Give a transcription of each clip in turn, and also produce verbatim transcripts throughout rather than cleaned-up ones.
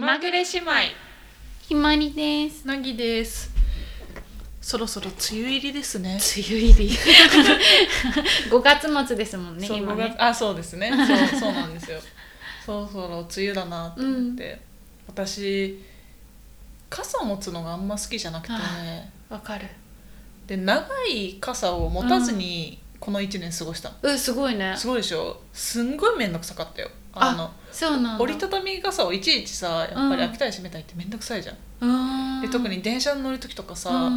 気まぐれ姉妹ひまりです。 なぎです。そろそろ梅雨入りですね。 梅雨入りごがつ末ですもんね。 そう今ねごがつあそうですねそうそうなんですよ。そろそろ梅雨だなと思って、うん、私傘持つのがあんま好きじゃなくてね。 わかる。 で長い傘を持たずにこのいちねん過ごしたの。 うん、すごいね。 すごいでしょ。すんごいめんどくさかったよ。あのあそうなんだ。 折りたたみ傘をいちいちさやっぱり開けたり閉めたりってめんどくさいじゃん、うん、で特に電車に乗る時とかさ、うんうん、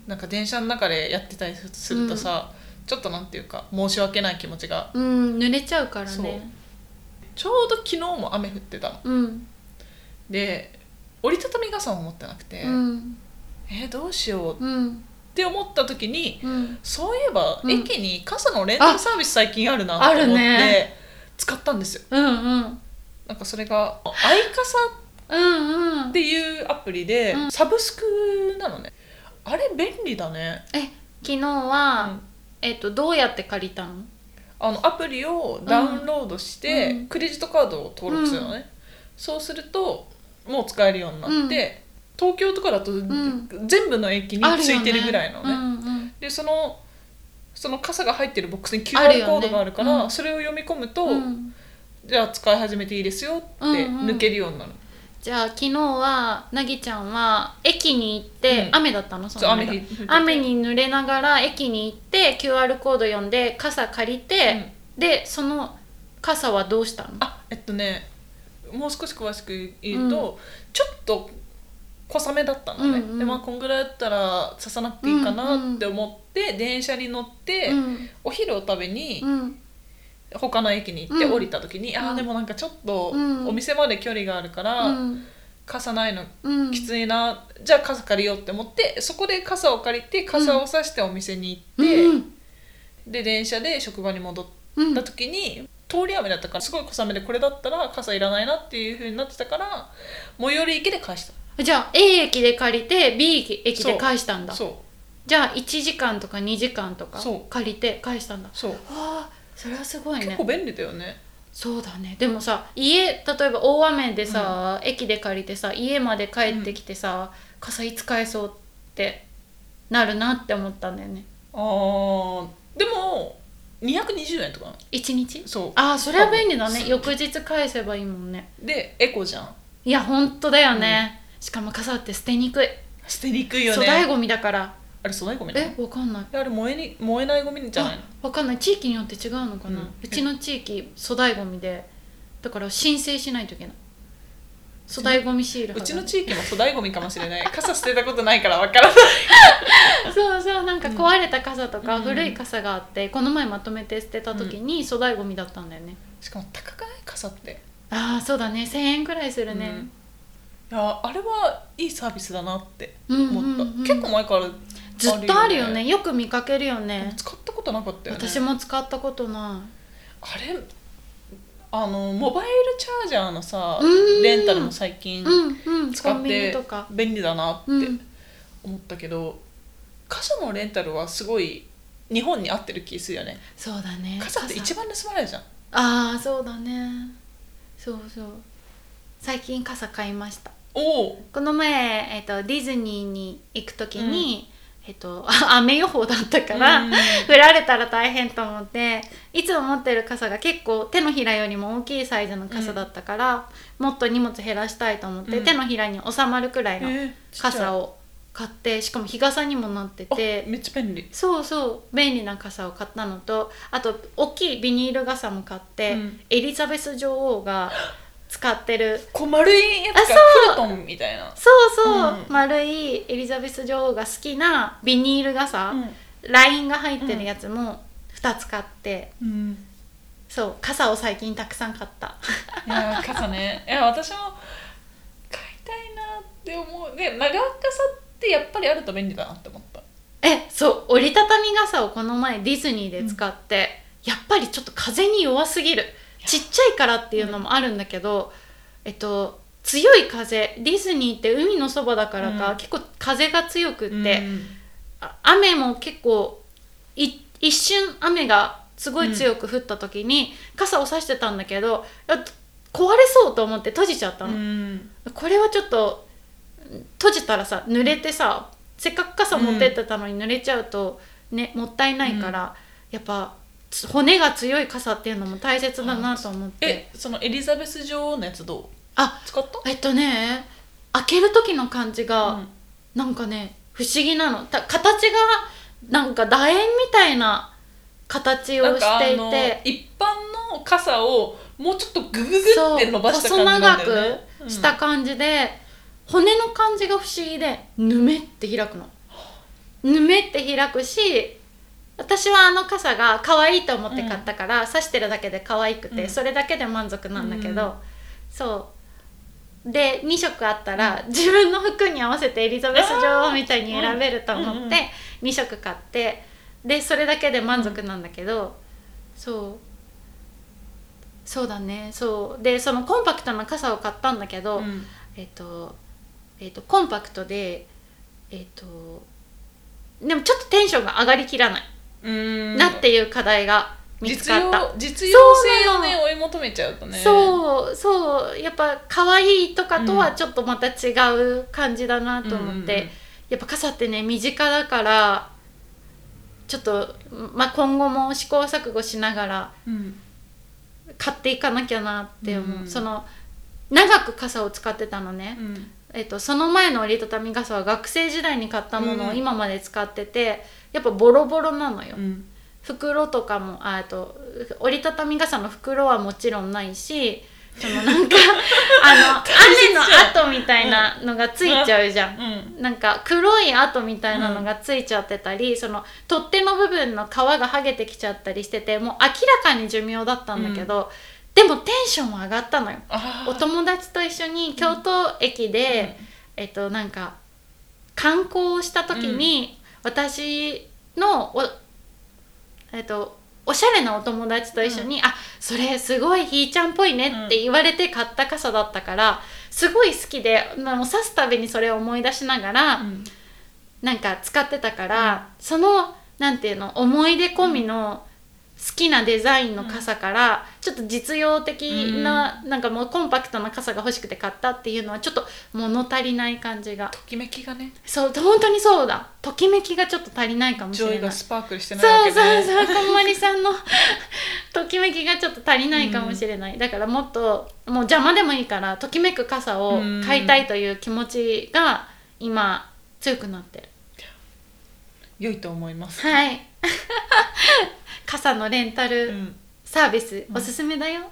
なんか電車の中でやってたりするとさ、うん、ちょっとなんていうか申し訳ない気持ちが、 うん、濡れちゃうからね。 ちょうど昨日も雨降ってたの、うん、で折りたたみ傘も持ってなくて、うん、えー、どうしようって思った時に、うん、そういえば、うん、駅に傘のレンタルサービス最近あるなって思って、ね、使ったんですよ、うんうん、なんかそれがアイカサっていうアプリで、うんうん、サブスクなのね。あれ便利だね。 え昨日は、うん、えっとどうやって借りたの？ あのアプリをダウンロードして、うん、クレジットカードを登録するのね、うん、そうするともう使えるようになって、うん、東京とかだと、うん、全部の駅についてるぐらいのね、うんうん、でそのその傘が入ってるボックスに キューアール コードがあるから、ねうん、それを読み込むと、うん、じゃあ使い始めていいですよって抜けるようになる、うんうん、 じゃあ昨日はなぎちゃんは駅に行って、うん、雨だったの？その雨, 雨に濡れながら駅に行って キューアール コード読んで傘借りて、うん、でその傘はどうしたの？ あえっとねもう少し詳しく言うと、うん、ちょっと小雨だったのね、うんうん、でまあこんぐらいだったら刺さなくていいかなって思って、うんうん、電車に乗って、うん、お昼を食べに、うん、他の駅に行って降りた時に、うん、あーでもなんかちょっとお店まで距離があるから、うん、傘ないのきついな、うん、じゃあ傘借りようって思ってそこで傘を借りて傘を差してお店に行って、うん、で電車で職場に戻った時に、うん、通り雨だったからすごい小雨でこれだったら傘いらないなっていう風になってたから最寄り駅で返した。 じゃあ A 駅で借りて B 駅で返したんだ。 そうじゃあいちじかんとかにじかんとか借りて返したんだ。 そうあそれはすごいね。 結構便利だよね。 そうだね。でもさ家例えば大雨でさ、うん、駅で借りてさ家まで帰ってきてさ、うん、傘いつ返そうってなるなって思ったんだよね。 あーでもにひゃくにじゅうえんとかいちにち？ そうあーそれは便利だね。翌日返せばいいもんね。 でエコじゃん。 いやほんとだよね、うん、しかも傘って捨てにくい。 捨てにくいよね。 粗大ゴミだから。 あれ粗大ゴミなの？ えわかんない。 あれ燃えに燃えないゴミじゃないの？ わかんない。地域によって違うのかな、うん、うちの地域粗大ゴミでだから申請しないといけない。粗大ゴミシール。 うちの地域も粗大ゴミかもしれない傘捨てたことないからわからないそうそうなんか壊れた傘とか古い傘があって、うん、この前まとめて捨てた時に粗大ゴミだったんだよね、 うん、しかも高くない傘って。 ああそうだねせんえんくらいするね、うんいやあれはいいサービスだなって思った、うんうんうん、結構前からあるよね。 ずっとあるよね。よく見かけるよね。 使ったことなかったよね。 私も使ったことない。 あれあのモバイルチャージャーのさレンタルも最近使って便利だなって思ったけど、傘のレンタルはすごい日本に合ってる気するよね。 そうだね。 傘って一番盗まれるじゃん。 ああそうだね。そうそう最近傘買いました。 おこの前、えー、とディズニーに行く時に、うんえー、と雨予報だったから、うん、降られたら大変と思っていつも持ってる傘が結構手のひらよりも大きいサイズの傘だったから、うん、もっと荷物減らしたいと思って、うん、手のひらに収まるくらいの傘を買って、えー、しかも日傘にもなっててめっちゃ便利。 そうそう便利な傘を買ったのとあと大きいビニール傘も買って、うん、エリザベス女王が使ってるこう丸いやつがフルトンみたいな。 そうそう、うん、丸いエリザベス女王が好きなビニール傘、うん、ラインが入ってるやつもふたつ買って、うん、そう傘を最近たくさん買った。 いや傘ねいや私も買いたいなって思う。で長傘ってやっぱりあると便利だなって思った。 えそう折りたたみ傘をこの前ディズニーで使って、うん、やっぱりちょっと風に弱すぎる。ちっちゃいからっていうのもあるんだけど、えっと、強い風ディズニーって海のそばだからか、うん、結構風が強くって、うん、雨も結構い一瞬雨がすごい強く降った時に、うん、傘を差してたんだけどこ壊れそうと思って閉じちゃったの、 うん、 これはちょっと閉じたらさ濡れてさ、せっかく傘持ってってたのに濡れちゃうと、ね、もったいないから、うん、やっぱ骨が強い傘っていうのも大切だなと思って。 え、そのエリザベス女王のやつどう？ あ、 使った？ えっとね開ける時の感じが、うん、なんかね不思議なの。た形がなんか楕円みたいな形をしていて、 一般の傘をもうちょっとグググって伸ばした感じなんだよね。 細長くした感じで、うん、骨の感じが不思議でぬめって開くの。ぬめって開くし、私はあの傘が可愛いと思って買ったから、うん、刺してるだけで可愛くて、うん、それだけで満足なんだけど、うん、そうでに色あったら、うん、自分の服に合わせてエリザベス女王みたいに選べると思ってに色買って、でそれだけで満足なんだけど、そうそうだね。そうでそのコンパクトな傘を買ったんだけど、うん、えっとえっとコンパクトでえっとでもちょっとテンションが上がりきらないなっていう課題が見つかった。 実用、実用性をね追い求めちゃうとね、 そうそうやっぱ可愛いとかとはちょっとまた違う感じだなと思って、うん、やっぱ傘ってね身近だからちょっと、まあ、今後も試行錯誤しながら買っていかなきゃなって思う、うん、その長く傘を使ってたのね、うんえっと、その前の折りたたみ傘は学生時代に買ったものを今まで使ってて、やっぱボロボロなのよ、うん、袋とかもあと折りたたみ傘の袋はもちろんないし、そのなんかあの雨の跡みたいなのがついちゃうじゃん、うん、なんか黒い跡みたいなのがついちゃってたり、うん、その取っ手の部分の皮が剥げてきちゃったりしてて、もう明らかに寿命だったんだけど、うんでもテンションは上がったのよ。お友達と一緒に京都駅で、うん、えっとなんか観光をした時に、うん、私のおえっとおしゃれなお友達と一緒に、うん、あそれすごいひーちゃんっぽいねって言われて買った傘だったから、すごい好きで、もう刺すたびにそれを思い出しながら、うん、なんか使ってたから、うん、そのなんていうの思い出込みの、うん好きなデザインの傘から、うん、ちょっと実用的な、うん、なんかもうコンパクトな傘が欲しくて買ったっていうのはちょっと物足りない感じが。 ときめきがね。 そう本当にそうだ。ときめきがちょっと足りないかもしれない。 ジョイがスパークルしてないわけね。 そうそうそうこんまりさんのときめきがちょっと足りないかもしれない、うん、だからもっともう邪魔でもいいからときめく傘を買いたいという気持ちが今強くなってる。 良いと思います。 はい傘のレンタルサービス、うん、おすすめだよ。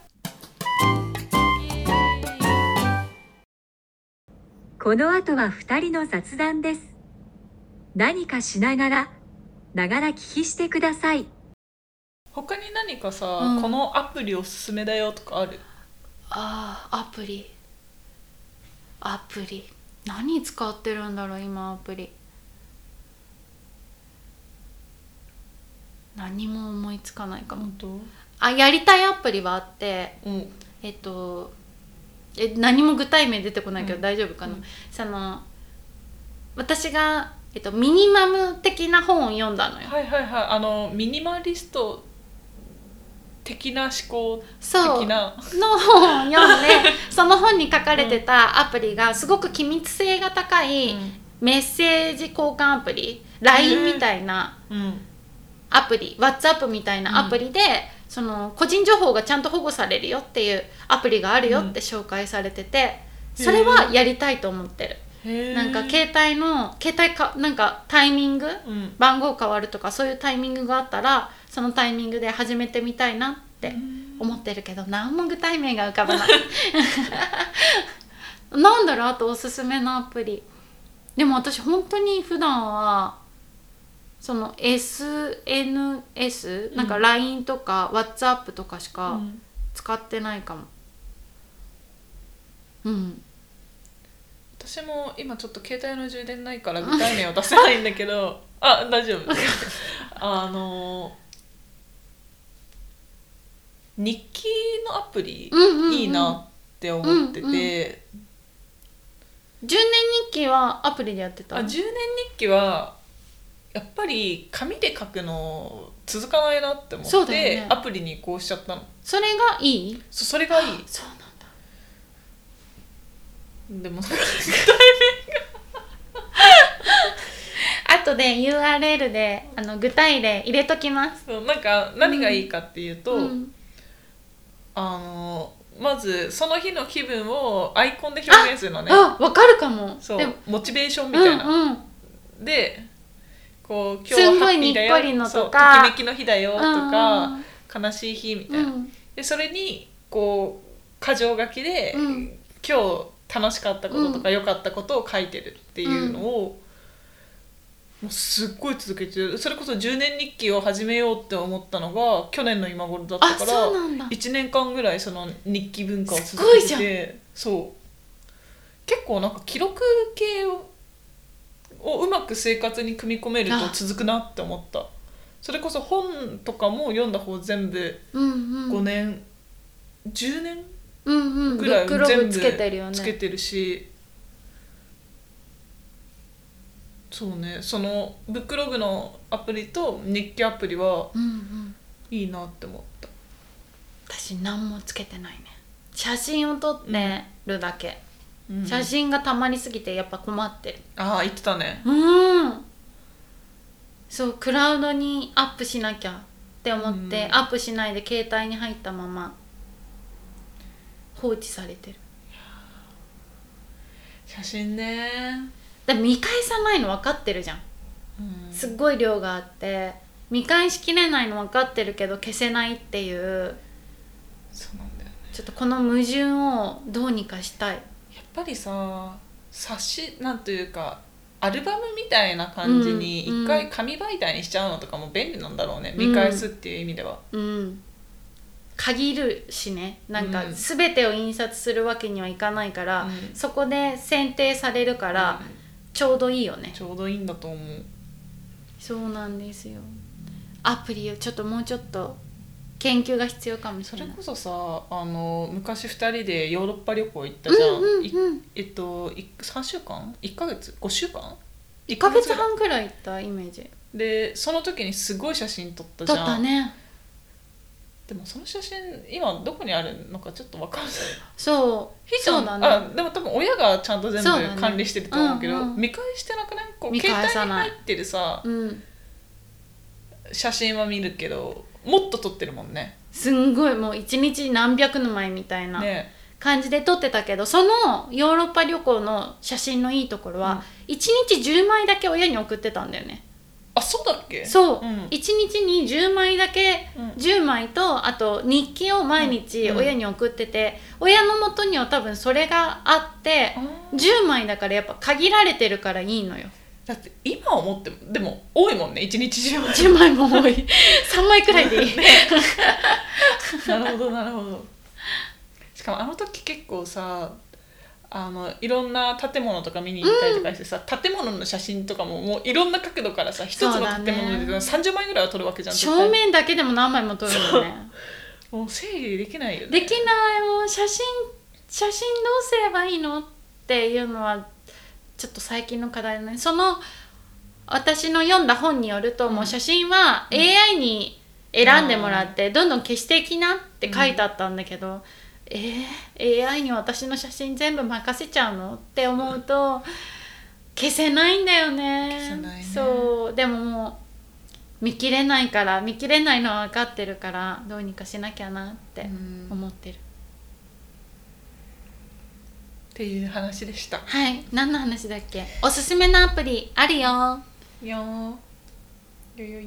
この後はふたりの雑談です。何かしながらながら聞きしてください。 他に何かさ、うん、このアプリおすすめだよとかある？ あーアプリアプリ何使ってるんだろう今アプリ。何も思いつかないかも。あやりたいアプリはあって、うん、えっとえ何も具体名出てこないけど大丈夫かな、うん、その私が、えっと、ミニマム的な本を読んだのよ。 はいはいはいあのミニマリスト的な思考的なそうの本を読んでその本に書かれてたアプリがすごく機密性が高いメッセージ交換アプリ、うん、ライン みたいな、うんアプリ WhatsApp みたいなアプリで、うん、その個人情報がちゃんと保護されるよっていうアプリがあるよって紹介されてて、うん、それはやりたいと思ってる。なんか携帯の携帯かなんかタイミング、うん、番号変わるとかそういうタイミングがあったらそのタイミングで始めてみたいなって思ってるけど、何も具体名が浮かばないなんだろうあとおすすめのアプリ。でも私本当に普段はその エスエヌエス、うん、なんか ライン とか WhatsApp とかしか使ってないかも。うん。 私も今ちょっと携帯の充電ないから具体名を出せないんだけどあ大丈夫あの日記のアプリ、うんうんうん、いいなって思ってて、うんうん、 じゅうねん日記はアプリでやってた？ あじゅうねん日記はやっぱり紙で書くの続かないなって思って、ね、アプリに移行しちゃったの。 それがいい？ そ, それがいい。 そうなんだ。 でもなんかあとで ユーアールエル であの具体例入れときます。 そうなんか何がいいかっていうと、 うん、 あのまずその日の気分をアイコンで表現するのね。 あ、わかるかも。 そうでもモチベーションみたいな、 うんうん、 でこう今日はハッピーだよ、 すんごいにっこりのそうとかときめきの日だよとか、 うん悲しい日みたいな、 うん、 でそれにこう箇条書きで、 うん、 今日楽しかったこととか良かったことを書いてるっていうのを、もうすっごい続けてる。それこそじゅうねん日記を始めようって思ったのが去年の今頃だったから、 あ、そうなんだ。 いちねんかんぐらいその日記文化を続けてて、そう結構なんか記録系ををうまく生活に組み込めると続くなって思った。それこそ本とかも読んだ方全部ごねん、うんうん、じゅうねんぐらい全部つけてるよね。つけてるし、そうね、そのブックログのアプリと日記アプリは、うんうん、いいなって思った。 私何もつけてないね。写真を撮ってるだけ、うん、写真がたまりすぎてやっぱ困ってる。 ああ、言ってたね。 うん、そう、クラウドにアップしなきゃって思って、うん、アップしないで携帯に入ったまま放置されてる。 写真ね、 でも見返さないの分かってるじゃん、うん、すっごい量があって見返しきれないの分かってるけど消せないっていう、 そうなんだよね。 ちょっとこの矛盾をどうにかしたい。 やっぱりさ、冊子なんというかアルバムみたいな感じに一回紙媒体にしちゃうのとかも便利なんだろうね、うん、見返すっていう意味では、うん、 限るしね、なんか全てを印刷するわけにはいかないから、うん、そこで選定されるから、うん、ちょうどいいよね。 ちょうどいいんだと思う。 そうなんですよ。アプリをちょっともうちょっと研究が必要かもしれない。 それこそさ、あの昔ふたりでヨーロッパ旅行行ったじゃん、うんうんうん、えっとさんしゅうかんいっかげつごしゅうかんいっかげつはんくらい行ったイメージで、その時にすごい写真撮ったじゃん。 撮ったね。 でもその写真今どこにあるのかちょっと分かんない。 そうひーちゃん、そうだね、あ、でも多分親がちゃんと全部管理してると思うけど、ね、うんうん、見返してなくない？こう携帯に入ってるさ、うん、写真は見るけどもっと撮ってるもんね。 すんごいもう一日何百の枚みたいな感じで撮ってたけど、ね、そのヨーロッパ旅行の写真のいいところは、うん、いちにちじゅうまいだけ親に送ってたんだよね。 あ、そうだっけ？ そう、うん、いちにちにじゅうまいだけ、うん、じゅうまいとあと日記を毎日親に送ってて、うん、親の元には多分それがあって、うん、じゅうまいだからやっぱ限られてるからいいのよ。 だって今思ってもでも多いもんね、いちにちじゅうまい。 じゅうまいも多いさんまいくらいでいいなるほどなるほど。しかもあの時結構さ、あのいろんな建物とか見に行ったりとかしてさ、うん、建物の写真とかももういろんな角度からさ、一つの建物でさんじゅうまいぐらいは撮るわけじゃん。 正面だけでも何枚も撮るもんね。 もう整理できないよね。 できない。もう写真写真どうすればいいのっていうのはちょっと最近の課題だね。その私の読んだ本によると、うん、もう写真は エーアイ に選んでもらってどんどん消していきなって書いてあったんだけど、うん、えー、エーアイ に私の写真全部任せちゃうのって思うと消せないんだよね。 消せないね。 そう、でももう見切れないから見切れないのは分かってるからどうにかしなきゃなって思ってる、うん、 っていう話でした。 はい、何の話だっけ？おすすめのアプリあるよ。 よーよよよ。